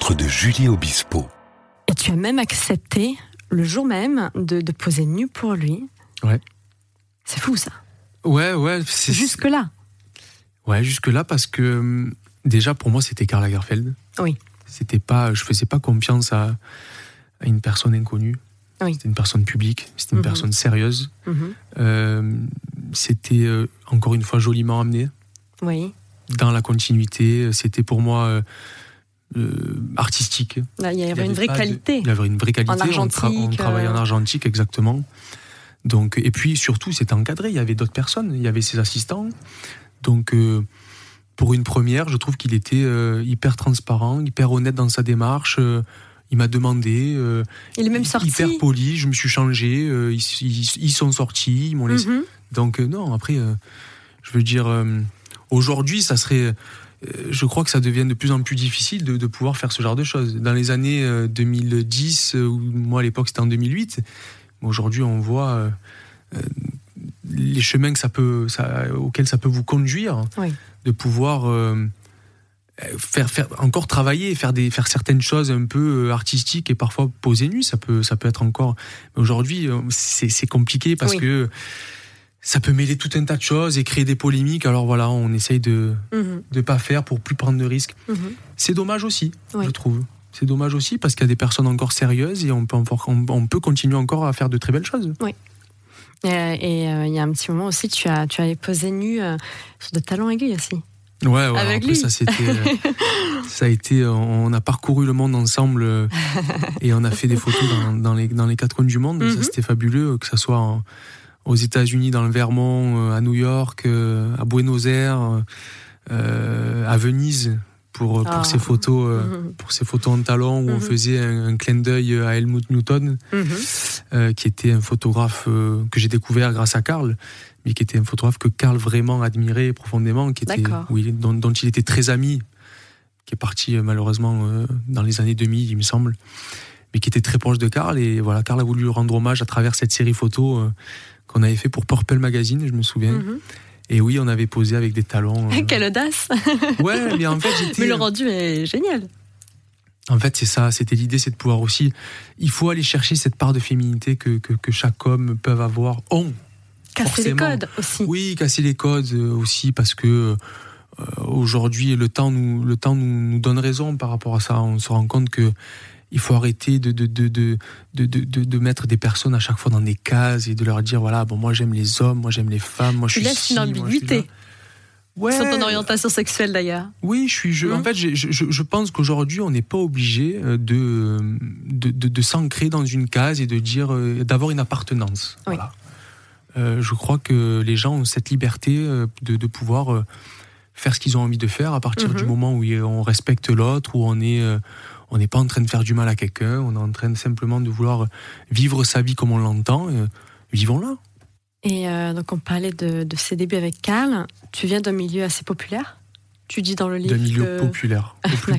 rencontre de Julie Obispo. Et tu as même accepté, le jour même, de poser nu pour lui. Ouais. C'est fou, ça. Ouais. Jusque-là. Ouais, jusque-là, parce que déjà, pour moi, c'était Karl Lagerfeld. Oui. Je faisais pas confiance à une personne inconnue. Oui. C'était une personne publique, c'était une personne sérieuse. C'était, encore une fois, joliment amené. Oui. Dans la continuité, c'était pour moi artistique. Là, il y avait une vraie qualité. Il y avait une vraie qualité. En argentique. On travaillait en argentique, exactement. Donc, et puis surtout, c'était encadré. Il y avait d'autres personnes, il y avait ses assistants. Donc, pour une première, je trouve qu'il était hyper transparent, hyper honnête dans sa démarche. Il m'a demandé. Il est même sorti. Hyper poli, je me suis changé. Ils sont sortis, ils m'ont laissé. Donc, non, après, je veux dire, aujourd'hui, ça serait. Je crois que ça devient de plus en plus difficile de pouvoir faire ce genre de choses. Dans les années 2010, ou moi à l'époque c'était en 2008, aujourd'hui on voit les chemins auxquels ça peut vous conduire, oui. De pouvoir faire encore travailler, faire certaines choses un peu artistiques et parfois poser nu, ça peut être encore. Mais aujourd'hui, c'est compliqué parce que ça peut mêler tout un tas de choses et créer des polémiques. Alors voilà, on essaye de pas faire pour plus prendre de risques. C'est dommage aussi, je trouve. C'est dommage aussi parce qu'il y a des personnes encore sérieuses et on peut continuer encore à faire de très belles choses. Oui. Et il y a un petit moment aussi, tu as posé nu sur de talons aiguilles aussi. Ouais. Avec après, lui. ça a été, on a parcouru le monde ensemble et on a fait des photos dans les quatre coins du monde. Ça, c'était fabuleux, que ça soit aux États-Unis, dans le Vermont, à New York, à Buenos Aires, à Venise, pour ces photos, en talons où on faisait un clin d'œil à Helmut Newton, qui était un photographe que j'ai découvert grâce à Karl, mais qui était un photographe que Karl vraiment admirait profondément, dont il était très ami, qui est parti malheureusement dans les années 2000, il me semble, mais qui était très proche de Karl. Et voilà, Karl a voulu lui rendre hommage à travers cette série photo qu'on avait fait pour Purple Magazine, je me souviens. Et oui, on avait posé avec des talons. Quelle audace. Ouais, mais en fait, Mais le rendu est génial. En fait, c'est ça, c'était l'idée, c'est de pouvoir aussi... Il faut aller chercher cette part de féminité que chaque homme peut avoir. Casser les codes aussi. Oui, casser les codes aussi, parce que aujourd'hui, le temps nous donne raison par rapport à ça. On se rend compte que il faut arrêter de mettre des personnes à chaque fois dans des cases et de leur dire voilà, bon, moi j'aime les hommes, moi j'aime les femmes, moi je suis Tu laisses une ambiguïté. Sur ton orientation sexuelle d'ailleurs. Oui, en fait, je pense qu'aujourd'hui on n'est pas obligé de s'ancrer dans une case et de dire d'avoir une appartenance. Oui. Voilà. Je crois que les gens ont cette liberté de pouvoir faire ce qu'ils ont envie de faire à partir du moment où on respecte l'autre, où on n'est pas en train de faire du mal à quelqu'un, on est en train simplement de vouloir vivre sa vie comme on l'entend, vivons-la. Et donc on parlait de ses débuts avec Karl, tu viens d'un milieu assez populaire, tu dis dans le livre. D'un milieu populaire,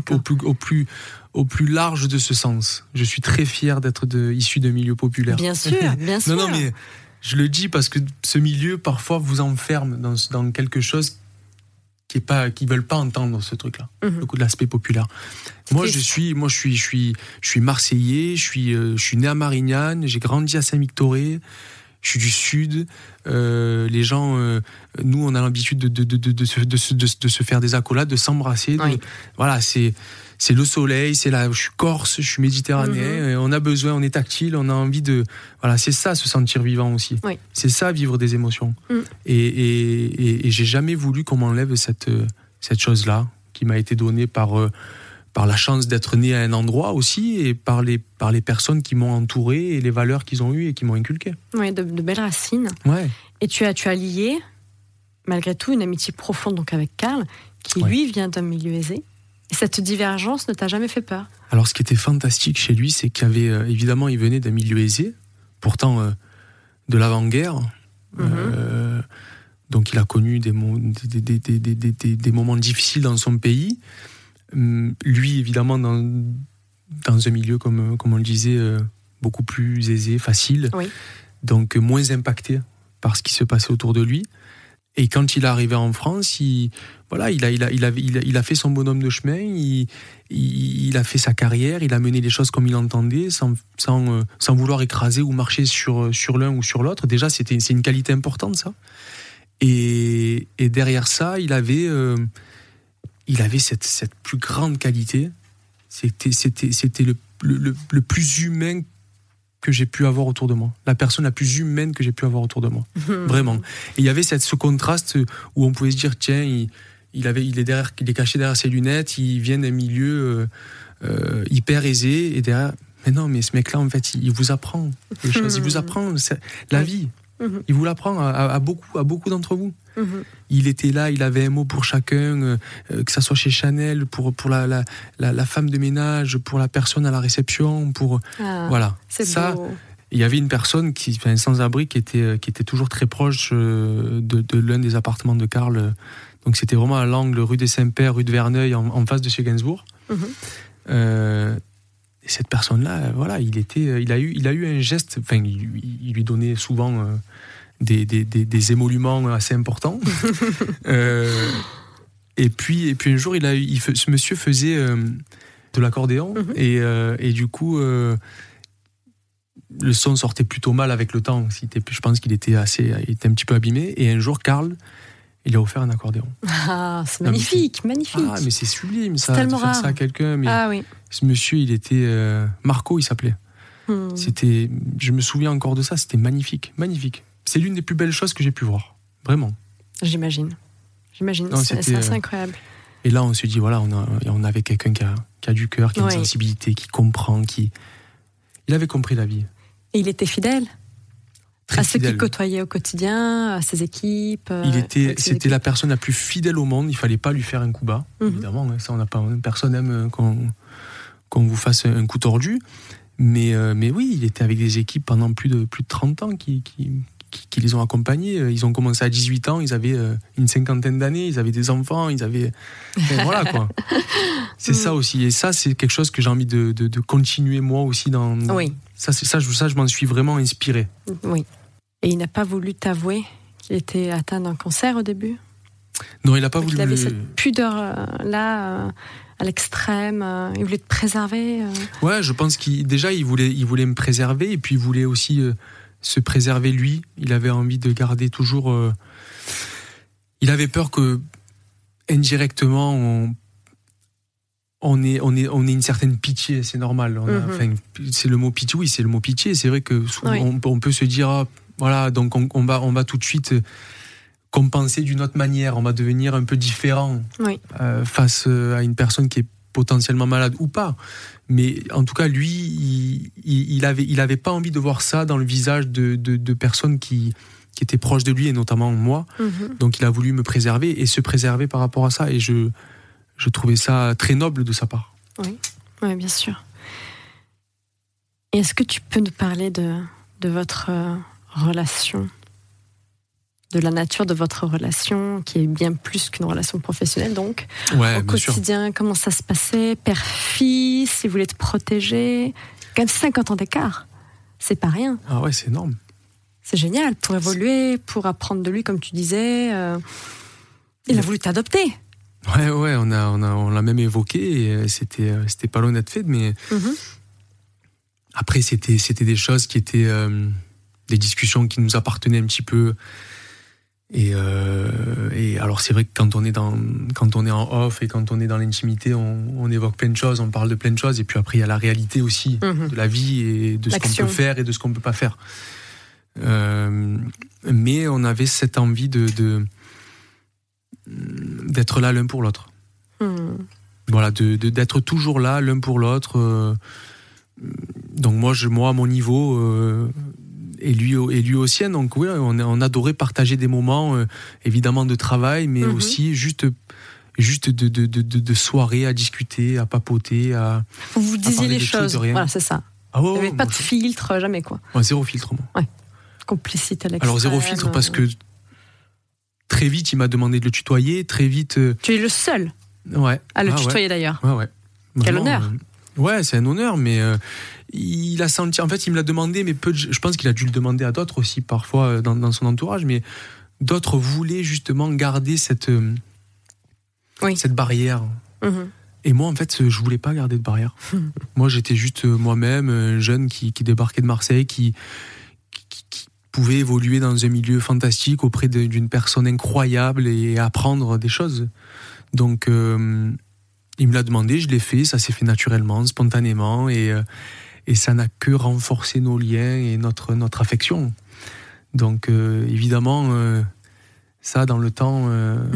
au plus large de ce sens. Je suis très fier d'être issu d'un milieu populaire. Bien sûr, bien sûr. Non, mais je le dis parce que ce milieu parfois vous enferme dans quelque chose qui veulent pas entendre ce truc-là, le coup de l'aspect populaire. Moi, je suis Marseillais, je suis né à Marignane, j'ai grandi à Saint-Victoré, je suis du Sud. Les gens, nous, on a l'habitude de se faire des accolades, de s'embrasser. Voilà, c'est le soleil, je suis corse, je suis méditerranéen, on a besoin, on est tactile, on a envie de... Voilà, c'est ça, se sentir vivant aussi. Oui. C'est ça, vivre des émotions. Et j'ai jamais voulu qu'on m'enlève cette chose-là, qui m'a été donnée par la chance d'être né à un endroit aussi, et par les personnes qui m'ont entouré, et les valeurs qu'ils ont eues et qui m'ont inculqué. Oui, de belles racines. Ouais. Et tu as lié, malgré tout, une amitié profonde donc avec Karl, qui lui vient d'un milieu aisé. Et cette divergence ne t'a jamais fait peur? Alors, ce qui était fantastique chez lui, c'est qu'il y avait, évidemment, il venait d'un milieu aisé, pourtant de l'avant-guerre. Donc, il a connu des moments difficiles dans son pays. Lui, évidemment, dans un milieu, comme on le disait, beaucoup plus aisé, facile. Oui. Donc, moins impacté par ce qui se passait autour de lui. Et quand il est arrivé en France, il a fait son bonhomme de chemin, il a fait sa carrière, il a mené les choses comme il entendait, sans vouloir écraser ou marcher sur l'un ou sur l'autre. Déjà, c'est une qualité importante, ça. Et derrière ça, il avait cette plus grande qualité. C'était le plus humain que j'ai pu avoir autour de moi. La personne la plus humaine que j'ai pu avoir autour de moi. Vraiment. Et il y avait ce contraste où on pouvait se dire, tiens, il est caché derrière ses lunettes, il vient d'un milieu hyper aisé, et derrière, mais non, mais ce mec-là, en fait, il vous apprend des choses, il vous apprend la vie. Il vous l'apprend à beaucoup d'entre vous. Il était là, il avait un mot pour chacun, que ça soit chez Chanel, pour la femme de ménage, pour la personne à la réception, voilà. Ça, beau. Il y avait une personne un sans-abri qui était toujours très proche de l'un des appartements de Karl. Donc c'était vraiment à l'angle rue des Saints-Pères, rue de Verneuil, en face de chez Gainsbourg. Et cette personne-là, voilà, il a eu un geste. Enfin, il lui donnait souvent des émoluments assez importants. Et puis un jour, ce monsieur faisait de l'accordéon et du coup, le son sortait plutôt mal avec le temps. Je pense qu'il était un petit peu abîmé. Et un jour, Karl, il a offert un accordéon. Ah, c'est magnifique, magnifique. Ah, mais c'est sublime, ça, de faire ça à quelqu'un. Mais ah oui. Ce monsieur, il était Marco, il s'appelait. Je me souviens encore de ça. C'était magnifique, magnifique. C'est l'une des plus belles choses que j'ai pu voir, vraiment. J'imagine. Non, c'est assez incroyable. Et là, on se dit, voilà, on avait quelqu'un qui a du cœur, qui a une sensibilité, qui comprend, il avait compris la vie. Et il était fidèle. Très ceux qu'il côtoyait au quotidien, à ses équipes. C'était la personne la plus fidèle au monde. Il fallait pas lui faire un coup bas, évidemment. Ça, personne n'aime qu'on vous fasse un coup tordu. Mais oui, il était avec des équipes pendant plus de 30 ans qui les ont accompagnés. Ils ont commencé à 18 ans, ils avaient une cinquantaine d'années, ils avaient des enfants, voilà quoi. C'est ça aussi. Et ça, c'est quelque chose que j'ai envie de continuer moi aussi dans. Oui. Ça, je m'en suis vraiment inspiré. Oui. Et il n'a pas voulu t'avouer qu'il était atteint d'un cancer au début ? Non, il n'a pas voulu. Il avait cette pudeur-là à l'extrême. Il voulait te préserver. Ouais, je pense qu'il voulait me préserver, et puis il voulait aussi se préserver lui. Il avait envie de garder toujours. Il avait peur que indirectement on ait une certaine pitié, c'est normal. C'est le mot pitié, oui, c'est le mot pitié. C'est vrai que souvent, on peut se dire, voilà, donc on va tout de suite compenser d'une autre manière. On va devenir un peu différent face à une personne qui est potentiellement malade ou pas. Mais en tout cas, lui, il avait pas envie de voir ça dans le visage de personnes qui étaient proches de lui, et notamment moi. Donc il a voulu me préserver et se préserver par rapport à ça. Et je trouvais ça très noble de sa part. Oui, bien sûr. Et est-ce que tu peux nous parler de votre relation, de la nature de votre relation, qui est bien plus qu'une relation professionnelle, donc au quotidien, comment ça se passait, père-fils, il voulait te protéger, quand même 50 ans d'écart, c'est pas rien. Ah ouais, c'est énorme. C'est génial, pour évoluer, pour apprendre de lui, comme tu disais. Il a voulu t'adopter. Ouais, on l'a même évoqué, et c'était pas loin d'être fait, mais après c'était des choses qui étaient des discussions qui nous appartenaient un petit peu, et alors c'est vrai que quand on est en off et quand on est dans l'intimité, on évoque plein de choses, on parle de plein de choses, et puis après il y a la réalité aussi de la vie et de ce qu'on peut faire et de ce qu'on peut pas faire. Mais on avait cette envie d'être là l'un pour l'autre. Voilà, d'être toujours là l'un pour l'autre. Donc moi à mon niveau, et lui au sien. Donc oui, on adorait partager des moments, évidemment de travail, mais aussi juste de soirée à discuter, à papoter, vous disiez les choses. Voilà, c'est ça. Il n'y avait pas de filtre, jamais quoi. Ouais, zéro filtre, moi. Ouais. Complicité à l'extrême. Alors zéro filtre parce que très vite il m'a demandé de le tutoyer, très vite. Tu es le seul. À le tutoyer d'ailleurs. Ouais. Quel honneur. Ouais, c'est un honneur, mais il a senti. En fait, il me l'a demandé, mais je pense qu'il a dû le demander à d'autres aussi parfois dans son entourage, mais d'autres voulaient justement garder cette barrière. Et moi, en fait, je voulais pas garder de barrière. Moi, j'étais juste moi-même, un jeune qui débarquait de Marseille, qui pouvait évoluer dans un milieu fantastique auprès d'une personne incroyable et apprendre des choses. Donc, il me l'a demandé, je l'ai fait, ça s'est fait naturellement, spontanément, et ça n'a que renforcé nos liens et notre affection. Donc, évidemment, ça, dans le temps,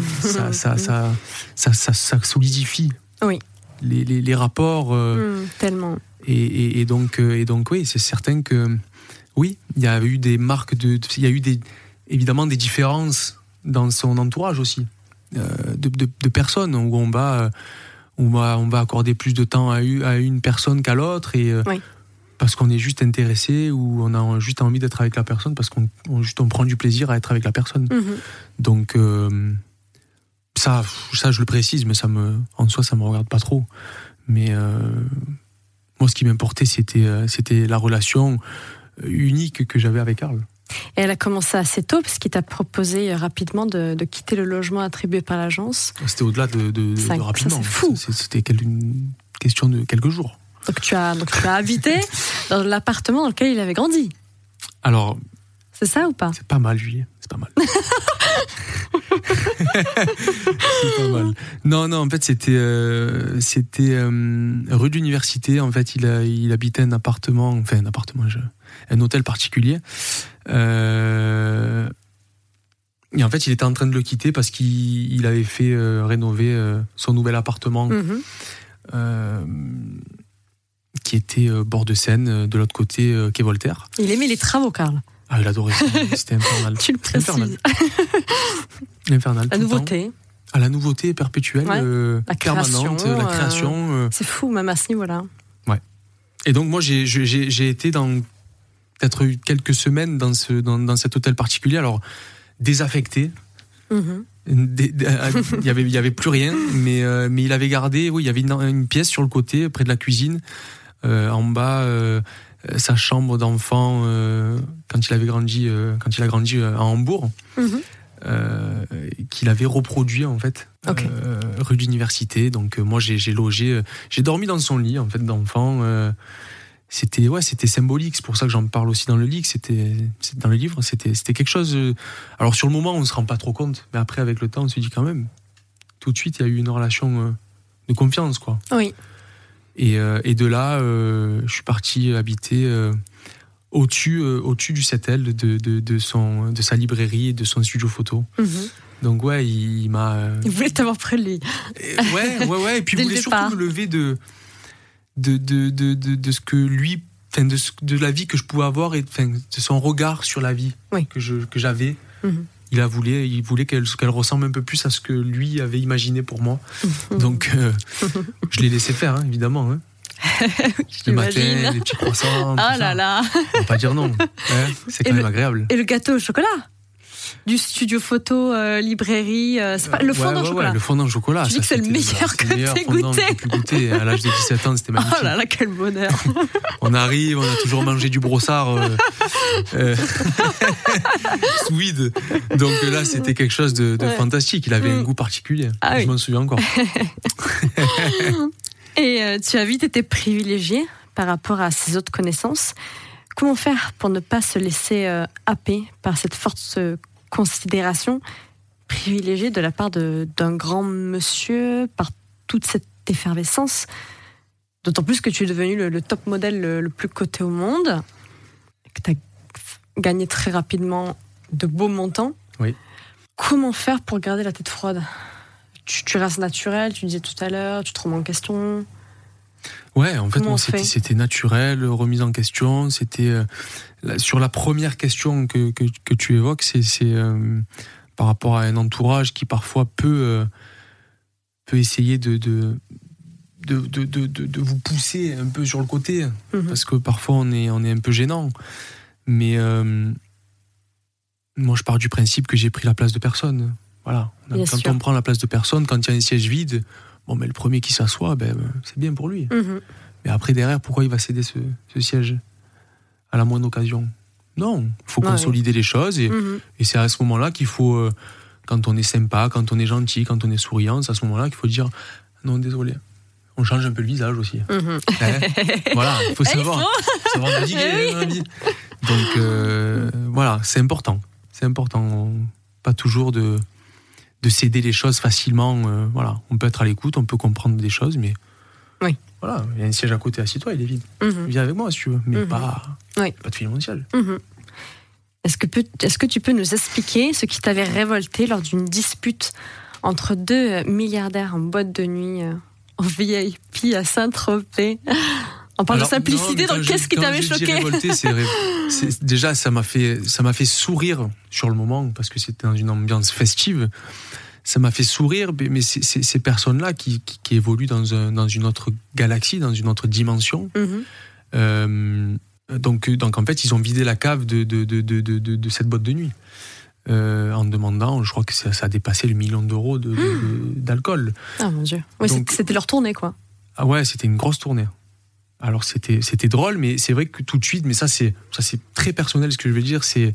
ça solidifie les rapports. Tellement. Et donc, oui, c'est certain que, oui, il y a eu des marques il y a eu évidemment des différences dans son entourage aussi, de personnes où on va accorder plus de temps à une personne qu'à l'autre, et parce qu'on est juste intéressé, ou on a juste envie d'être avec la personne parce qu'on prend du plaisir à être avec la personne. Donc ça je le précise, mais en soi ça me regarde pas trop. Mais moi, ce qui m'importait, c'était la relation unique que j'avais avec Karl. Et elle a commencé assez tôt, parce qu'il t'a proposé rapidement de quitter le logement attribué par l'agence. C'était au-delà de rapidement. Ça, c'est fou. C'était une question de quelques jours. Donc tu as habité dans l'appartement dans lequel il avait grandi. Alors. C'est ça ou pas ? C'est pas mal, Julie. C'est pas mal. C'est pas mal. Non, en fait, c'était rue de l'Université. En fait, il habitait un hôtel particulier. Et en fait, il était en train de le quitter parce qu'il avait fait rénover son nouvel appartement, qui était bord de Seine, de l'autre côté, quai Voltaire. Il aimait les travaux, Karl. Ah, il adorait ça. C'était infernal. Tu le précises. Infernal. La nouveauté. La nouveauté perpétuelle, la création, permanente, la création. C'est fou, même à ce niveau-là. Ouais. Et donc, moi, j'ai été dans peut-être quelques semaines dans cet hôtel particulier, alors désaffecté. Il y avait plus rien, mais il avait gardé. Oui, il y avait une pièce sur le côté, près de la cuisine, en bas. Sa chambre d'enfant quand il a grandi à Hambourg, qu'il avait reproduit en fait, rue d'Université. Donc moi j'ai dormi dans son lit en fait d'enfant. C'était symbolique, c'est pour ça que j'en parle aussi dans le livre. Dans le livre, c'était quelque chose. Alors sur le moment on se rend pas trop compte, mais après avec le temps on se dit quand même. Tout de suite il y a eu une relation de confiance, quoi. Oui. Et de là, je suis parti habiter au-dessus du 7L de sa librairie et de son studio photo. Donc ouais, il voulait t'avoir près de lui. Ouais. Et puis il voulait surtout me lever de ce que lui, de la vie que je pouvais avoir, et de son regard sur la vie que j'avais. Il voulait qu'elle ressemble un peu plus à ce que lui avait imaginé pour moi. Donc, je l'ai laissé faire, hein, évidemment. Hein. Le matin, les petits croissants. Oh là là. On va pas dire non. C'est quand même agréable. Et le gâteau au chocolat du studio photo, librairie, c'est pas le fondant au chocolat. Ouais, le fondant au chocolat. Tu dis que c'est le meilleur que t'aies goûté. À l'âge de 17 ans, c'était magnifique. Oh là là, quel bonheur. On arrive, on a toujours mangé du brossard sous vide. Donc là, c'était quelque chose de fantastique. Il avait un goût particulier. Je m'en souviens encore. Et tu as vite été privilégié par rapport à ses autres connaissances. Comment faire pour ne pas se laisser happer par cette forte considération privilégiée de la part d'un grand monsieur, par toute cette effervescence, d'autant plus que tu es devenu le top modèle le plus coté au monde, que tu as gagné très rapidement de beaux montants. Oui. Comment faire pour garder la tête froide ? Tu restes naturel, tu disais tout à l'heure, tu te remets en question. Ouais, en fait, c'était naturel, remise en question. C'était sur la première question que tu évoques, c'est par rapport à un entourage qui parfois peut essayer de vous pousser un peu sur le côté, parce que parfois on est un peu gênant. Mais moi, je pars du principe que j'ai pris la place de personne. Voilà. Quand on prend la place de personne, quand il y a un siège vide, mais le premier qui s'assoit, c'est bien pour lui. Mais après, derrière, pourquoi il va céder ce siège à la moindre occasion ? Non, il faut consolider les choses et c'est à ce moment-là qu'il faut, quand on est sympa, quand on est gentil, quand on est souriant, c'est à ce moment-là qu'il faut dire non, désolé. On change un peu le visage aussi. Voilà, il faut savoir naviguer dans la vie. Donc voilà, c'est important. C'est important, pas toujours de céder les choses facilement. Voilà, on peut être à l'écoute, on peut comprendre des choses, mais voilà, il y a un siège à côté, assieds-toi, il est vide. Viens avec moi si tu veux, mais pas de filet mondial. Est-ce que tu peux nous expliquer ce qui t'avait révolté lors d'une dispute entre deux milliardaires en boîte de nuit en VIP à Saint-Tropez? On parle de simplicité, donc qu'est-ce qui t'avait choqué? Révolté, déjà, ça m'a fait sourire sur le moment, parce que c'était dans une ambiance festive. Ça m'a fait sourire, mais ces personnes-là qui évoluent dans une autre galaxie, dans une autre dimension. Donc en fait, ils ont vidé la cave de cette boîte de nuit. En demandant, je crois que ça a dépassé le 1 million d'euros d'alcool. Ah mon Dieu. Oui, donc, c'était leur tournée, quoi. Ah ouais, c'était une grosse tournée. Alors c'était drôle, mais c'est vrai que tout de suite, mais ça c'est très personnel ce que je veux dire, c'est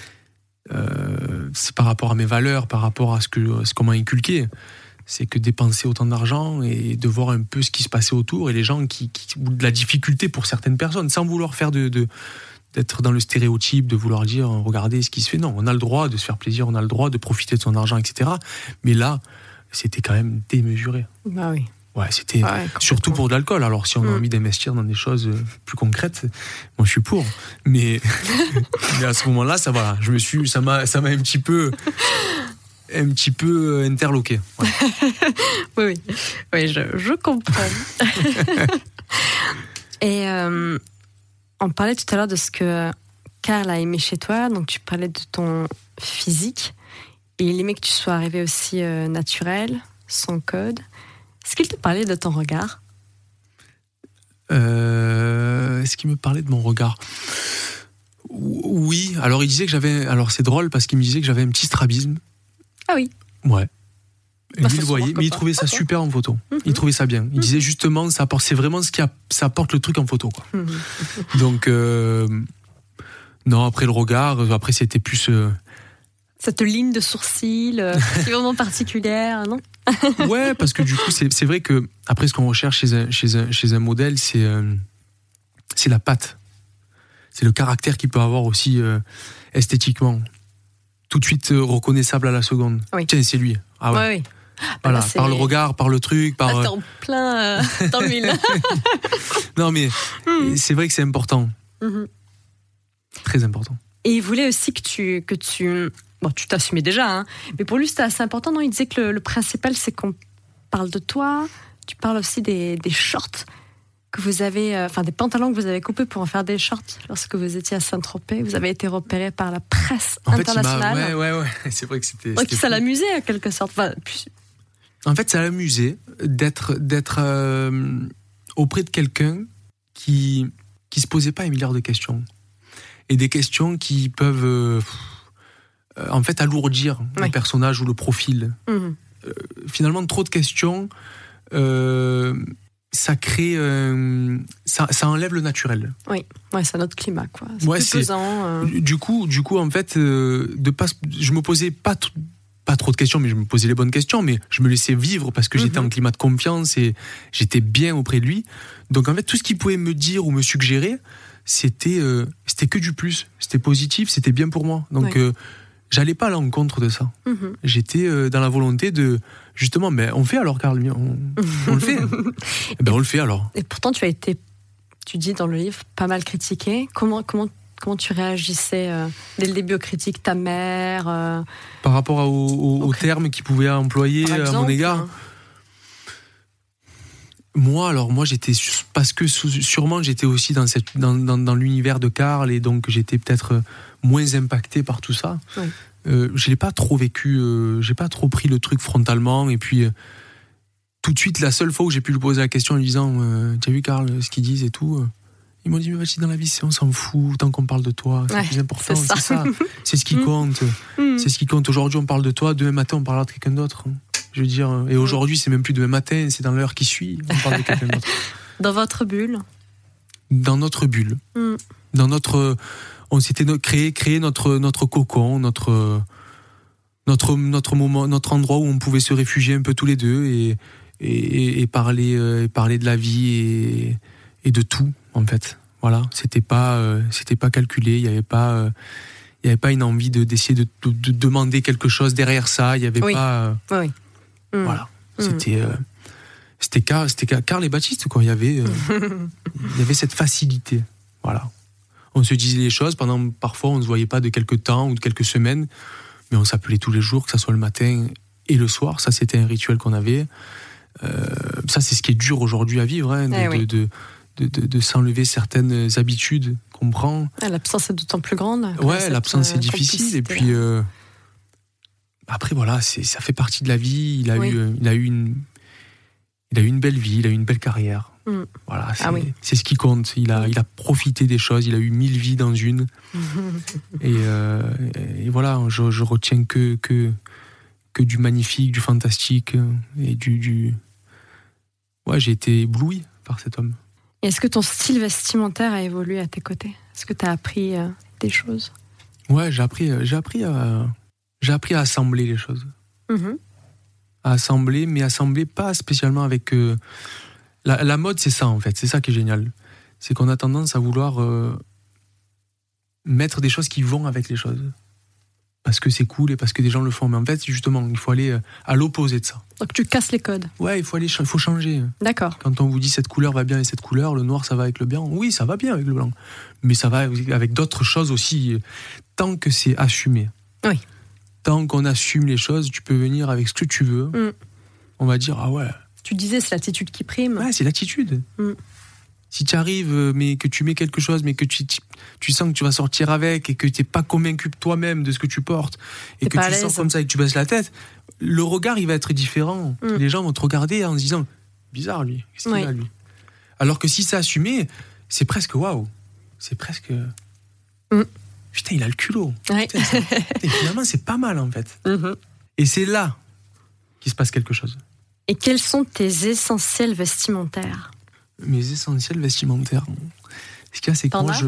par rapport à mes valeurs, par rapport à ce qu'on m'a inculqué. C'est que dépenser autant d'argent et de voir un peu ce qui se passait autour et les gens qui de la difficulté pour certaines personnes, sans vouloir faire d'être dans le stéréotype, de vouloir dire regardez ce qui se fait. Non, on a le droit de se faire plaisir, on a le droit de profiter de son argent, etc. Mais là, c'était quand même démesuré. Bah oui. Ouais, c'était surtout pour de l'alcool. Alors si on a envie d'investir dans des choses plus concrètes, moi je suis pour. Mais à ce moment-là, ça m'a un petit peu interloqué. Ouais. oui, je comprends. Et on parlait tout à l'heure de ce que Karl a aimé chez toi, donc tu parlais de ton physique, et il aimait que tu sois arrivé aussi naturel, sans code. Est-ce qu'il te parlait de ton regard? Est-ce qu'il me parlait de mon regard? Oui, alors il disait que j'avais... Alors c'est drôle parce qu'il me disait que j'avais un petit strabisme. Ah oui. Ouais. Et lui, il le voyait, mais il trouvait ça super en photo. Il trouvait ça bien. Il disait justement, c'est vraiment ça apporte le truc en photo, quoi. Donc, non, après le regard, après c'était plus... Cette ligne de sourcil qui est vraiment particulière, non? Ouais, parce que du coup, c'est vrai que après ce qu'on recherche chez un modèle, c'est la patte. C'est le caractère qu'il peut avoir aussi esthétiquement. Tout de suite reconnaissable à la seconde. Oui. Tiens, c'est lui. Ah ouais. Oui. Voilà, par le regard, par le truc, par... Ah, t'es en plein dans le mille. Non, mais c'est vrai que c'est important. Très important. Et il voulait aussi que tu... Bon, tu t'assumais déjà, hein, mais pour lui, c'était assez important, non? Il disait que le principal, c'est qu'on parle de toi. Tu parles aussi des shorts que vous avez... Enfin, des pantalons que vous avez coupés pour en faire des shorts lorsque vous étiez à Saint-Tropez. Vous avez été repéré par la presse internationale. Ouais. C'est vrai que c'était... Donc, ça l'amusait, en quelque sorte. Enfin, en fait, ça l'amusait d'être auprès de quelqu'un qui se posait pas un milliard de questions. Et des questions qui peuvent... en fait, alourdir le personnage ou le profil. Finalement, trop de questions, ça crée... ça enlève le naturel. Oui, c'est un autre climat, quoi. C'est plus pesant. Du coup, en fait, je me posais pas trop de questions, mais je me posais les bonnes questions, mais je me laissais vivre parce que j'étais en climat de confiance et j'étais bien auprès de lui. Donc, en fait, tout ce qu'il pouvait me dire ou me suggérer, c'était que du plus. C'était positif, c'était bien pour moi. Donc... j'allais pas à l'encontre de ça. J'étais dans la volonté de... Justement, on fait alors, Karl, on le fait. On le fait alors. Et pourtant, tu as été, tu dis dans le livre, pas mal critiqué. Comment tu réagissais dès le début aux critiques, ta mère par rapport aux termes qu'ils pouvaient employer à mon égard Moi, j'étais... Parce que sûrement, j'étais aussi dans l'univers de Karl, et donc j'étais peut-être moins impacté par tout ça. Oui. Je l'ai pas trop vécu, j'ai pas trop pris le truc frontalement, et puis tout de suite, la seule fois où j'ai pu lui poser la question en lui disant t'as vu Karl, ce qu'ils disent et tout, ils m'ont dit mais vas-y, dans la vie on s'en fout, tant qu'on parle de toi, c'est le plus important, c'est ça, c'est ce qui compte. C'est ce qui compte. Aujourd'hui on parle de toi, demain matin on parlera de quelqu'un d'autre. Je veux dire, et aujourd'hui c'est même plus demain matin, c'est dans l'heure qui suit, on parle de quelqu'un d'autre. Dans votre bulle. Dans notre bulle. Dans notre... on s'était créé notre cocon, notre moment, notre endroit où on pouvait se réfugier un peu tous les deux et parler de la vie et de tout, en fait. Voilà, c'était pas calculé, il y avait pas une envie d'essayer de demander quelque chose derrière ça, il y avait pas voilà, c'était Karl et Baptiste, quoi. Il y avait cette facilité, voilà. On se disait les choses, parfois on ne se voyait pas de quelques temps ou de quelques semaines, mais on s'appelait tous les jours, que ça soit le matin et le soir. Ça, c'était un rituel qu'on avait. Ça, c'est ce qui est dur aujourd'hui à vivre, hein, de s'enlever certaines habitudes qu'on prend. L'absence est d'autant plus grande. Ouais, l'absence est difficile. Et puis, après, voilà, ça fait partie de la vie. Il a eu une belle vie, il a eu une belle carrière. Voilà, c'est ce qui compte. Il a profité des choses, il a eu 1000 vies dans une. Et voilà, je retiens que du magnifique, du fantastique et Ouais, j'ai été ébloui par cet homme. Et est-ce que ton style vestimentaire a évolué à tes côtés ? Est-ce que tu as appris des choses ? Ouais, j'ai appris à assembler les choses. À assembler, mais assembler pas spécialement avec... La mode, c'est ça, en fait. C'est ça qui est génial. C'est qu'on a tendance à vouloir mettre des choses qui vont avec les choses. Parce que c'est cool et parce que des gens le font. Mais en fait, justement, il faut aller à l'opposé de ça. Donc tu casses les codes. Ouais, il faut changer. D'accord. Quand on vous dit cette couleur va bien avec cette couleur, le noir ça va avec le blanc. Oui, ça va bien avec le blanc. Mais ça va avec d'autres choses aussi. Tant que c'est assumé. Oui. Tant qu'on assume les choses, tu peux venir avec ce que tu veux. On va dire, ah ouais. Tu disais, c'est l'attitude qui prime. Ouais, c'est l'attitude. Si tu arrives, mais que tu mets quelque chose, mais que tu sens que tu vas sortir avec et que tu n'es pas convaincu toi-même de ce que tu portes et que tu sors comme ça et que tu baisses la tête, le regard, il va être différent. Les gens vont te regarder en se disant, bizarre lui, qu'est-ce qu'il a lui ? Alors que si c'est assumé, c'est presque waouh. C'est presque... Putain, il a le culot. Putain, et finalement, c'est pas mal en fait. Et c'est là qu'il se passe quelque chose. Et quels sont tes essentiels vestimentaires ? Mes essentiels vestimentaires. Ce qu'il y a, c'est que moi,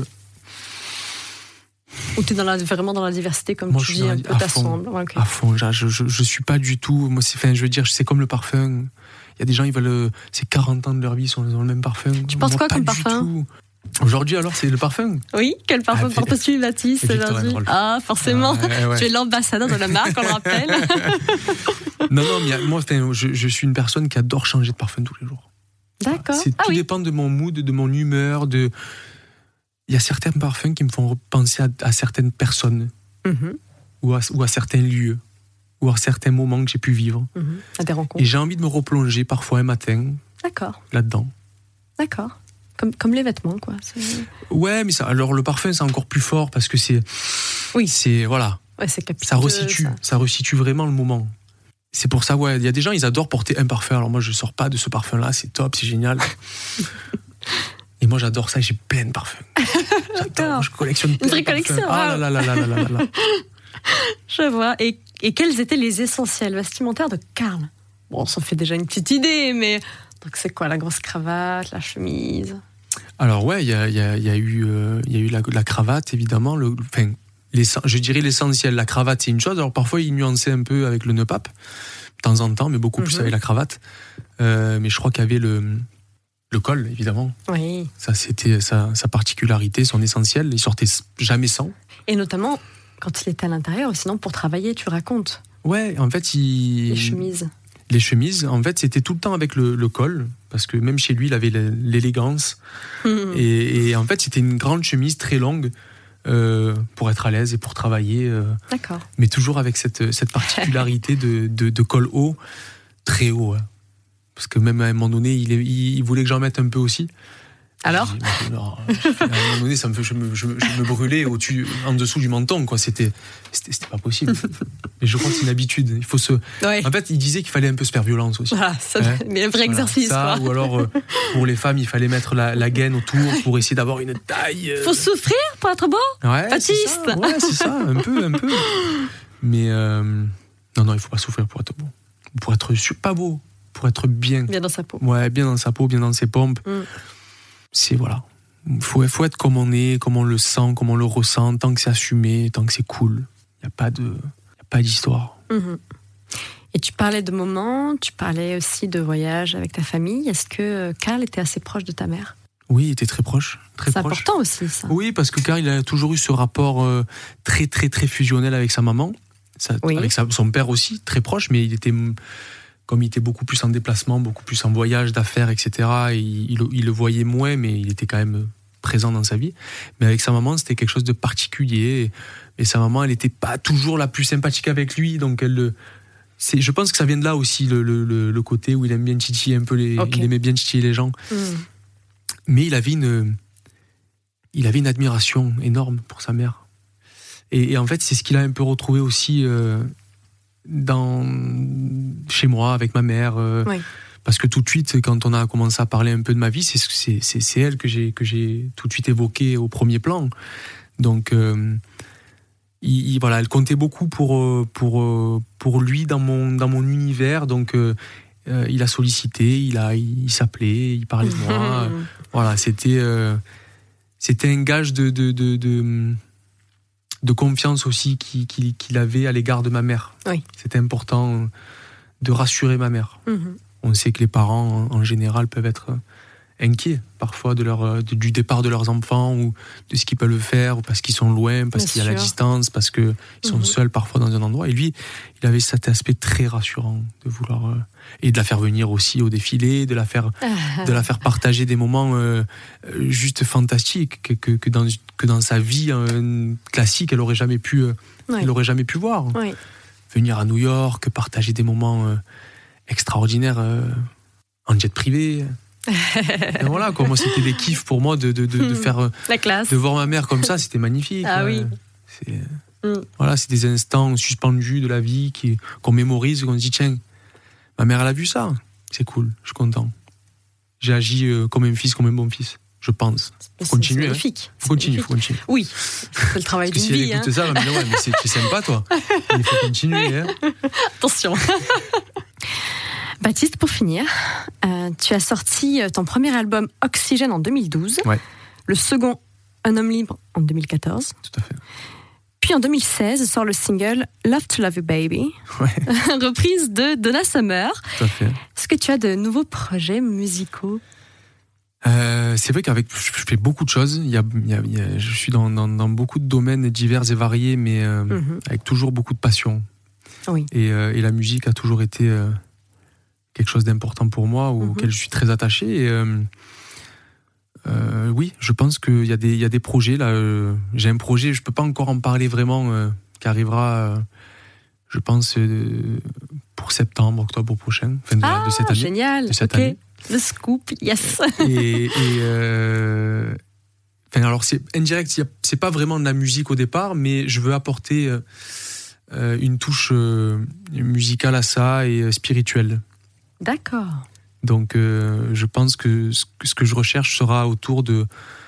Ou tu es vraiment dans la diversité, comme tu dis, un peu t'assembles. À fond, je suis pas du tout... Moi, je veux dire, c'est comme le parfum. Il y a des gens, ils veulent... C'est 40 ans de leur vie, ils ont le même parfum. Tu penses quoi comme parfum ? Aujourd'hui, alors, c'est le parfum. Oui, quel parfum portes-tu, Baptiste, aujourd'hui ? Ah, forcément. Tu es l'ambassadeur de la marque, on le rappelle. Non, mais moi, je suis une personne qui adore changer de parfum tous les jours. D'accord. Tout dépend de mon mood, de mon humeur. Il y a certains parfums qui me font penser à certaines personnes, ou à certains lieux, ou à certains moments que j'ai pu vivre. À des rencontres. Et j'ai envie de me replonger parfois un matin. D'accord. Là-dedans. D'accord. Comme les vêtements, quoi. Ouais, mais alors le parfum, c'est encore plus fort parce que c'est... Oui. C'est... Voilà. Ouais, c'est capiteux, ça resitue vraiment le moment. C'est pour ça, il y a des gens, ils adorent porter un parfum. Alors moi, je sors pas de ce parfum-là, c'est top, c'est génial. Et moi, j'adore ça, j'ai plein de parfums. J'adore, je collectionne plein de parfums. Une vraie collection. Ah là là. Je vois. Et quels étaient les essentiels vestimentaires de Karl ? Bon, on s'en fait déjà une petite idée, mais... Donc c'est quoi, la grosse cravate, la chemise ? Alors ouais, il y a eu la cravate, évidemment. Je dirais l'essentiel. La cravate, c'est une chose. Alors parfois, il nuançait un peu avec le nœud-pape, de temps en temps, mais beaucoup plus avec la cravate. Mais je crois qu'il y avait le col, évidemment. Oui. Ça, c'était sa particularité, son essentiel. Il sortait jamais sans. Et notamment, quand il était à l'intérieur, sinon pour travailler, tu racontes. Ouais, en fait, Les chemises. Les chemises, en fait, c'était tout le temps avec le col, parce que même chez lui, il avait l'élégance. Et en fait, c'était une grande chemise très longue pour être à l'aise et pour travailler. D'accord. Mais toujours avec cette particularité de col haut, très haut. Hein. Parce que même à un moment donné, il voulait que j'en mette un peu aussi. Alors à un moment donné, je me brûlais en dessous du menton, quoi. C'était pas possible. Mais je crois que c'est une habitude. Il faut En fait, il disait qu'il fallait un peu se faire violence aussi. Voilà, mais un vrai exercice. Ça, quoi. Ou alors, pour les femmes, il fallait mettre la gaine autour pour essayer d'avoir une taille. Faut souffrir pour être beau. Ouais, Baptiste. C'est ça, un peu. Mais non, il faut pas souffrir pour être beau. Pour être pas beau, pour être bien. Bien dans sa peau. Ouais, bien dans sa peau, bien dans ses pompes. C'est voilà. faut être comme on est, comme on le sent, comme on le ressent, tant que c'est assumé, tant que c'est cool. Il n'y a pas d'histoire. Et tu parlais de moments, tu parlais aussi de voyages avec ta famille. Est-ce que Karl était assez proche de ta mère ? Oui, il était très proche. C'est important aussi, ça. Oui, parce que Karl, il a toujours eu ce rapport très, très, très fusionnel avec sa maman. Avec son père aussi, très proche, mais comme il était beaucoup plus en déplacement, beaucoup plus en voyage d'affaires, etc., il le voyait moins, mais il était quand même présent dans sa vie. Mais avec sa maman, c'était quelque chose de particulier. Et sa maman, elle n'était pas toujours la plus sympathique avec lui, donc je pense que ça vient de là aussi, le côté où il aime bien titiller un peu il aimait bien titiller les gens. Mais il avait une admiration énorme pour sa mère. Et en fait, c'est ce qu'il a un peu retrouvé aussi chez moi, avec ma mère. Parce que tout de suite, quand on a commencé à parler un peu de ma vie, c'est elle que j'ai tout de suite évoquée au premier plan. Donc, elle comptait beaucoup pour lui dans mon univers. Donc, il a sollicité, il s'appelait, il parlait de moi. Voilà, c'était un gage de confiance aussi qu'il avait à l'égard de ma mère. Oui. C'était important de rassurer ma mère. On sait que les parents, en général, peuvent être inquiets parfois du départ de leurs enfants ou de ce qu'ils peuvent faire, ou parce qu'ils sont loin, parce qu'il y a la distance, parce qu'ils sont seuls parfois dans un endroit. Et lui, il avait cet aspect très rassurant de vouloir... et de la faire venir aussi au défilé, de la faire partager des moments juste fantastiques que dans sa vie classique, elle aurait jamais pu voir. Oui. Venir à New York, partager des moments extraordinaires en jet privé. Et voilà, moi, c'était des kiffs pour moi de faire la classe. De voir ma mère comme ça, c'était magnifique. Oui. C'est des instants suspendus de la vie qu'on mémorise, qu'on se dit tiens, ma mère elle a vu ça, c'est cool, je suis content. J'ai agi comme un fils, comme un bon fils, je pense. Faut continuer. C'est magnifique. Faut continuer. Oui, c'est le travail d'une vie. Si elle écoute ça, elle va me dire ouais, mais c'est sympa toi. Il faut continuer. Attention. Baptiste, pour finir, tu as sorti ton premier album Oxygène en 2012, le second Un homme libre en 2014. Tout à fait. Puis en 2016 sort le single Love to Love You Baby, reprise de Donna Summer. Tout à fait. Est-ce que tu as de nouveaux projets musicaux ? C'est vrai qu'avec je fais beaucoup de choses. Je suis dans beaucoup de domaines divers et variés, mais avec toujours beaucoup de passion. Oui. Et la musique a toujours été quelque chose d'important pour moi, auquel je suis très attaché. Et, oui, je pense qu'il y a des projets là. J'ai un projet, je peux pas encore en parler vraiment, qui arrivera, je pense, pour septembre, octobre prochain, fin de cette année. Génial. De cette année. Le scoop, yes. Alors c'est indirect, c'est pas vraiment de la musique au départ, mais je veux apporter une touche musicale à ça et spirituelle. D'accord. Donc je pense que ce que je recherche sera autour de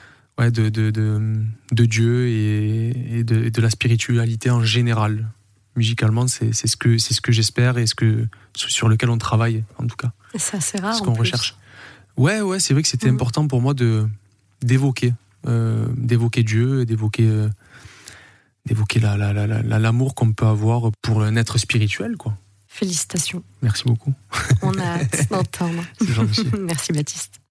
Dieu et de la spiritualité en général. Musicalement, c'est ce que j'espère et sur lequel on travaille en tout cas. Ça, c'est rare. Ce qu'on recherche. Ouais, c'est vrai que c'était important pour moi d'évoquer Dieu, d'évoquer l'amour qu'on peut avoir pour un être spirituel, quoi. Félicitations. Merci beaucoup. On a hâte d'entendre. C'est gentil. Merci Baptiste.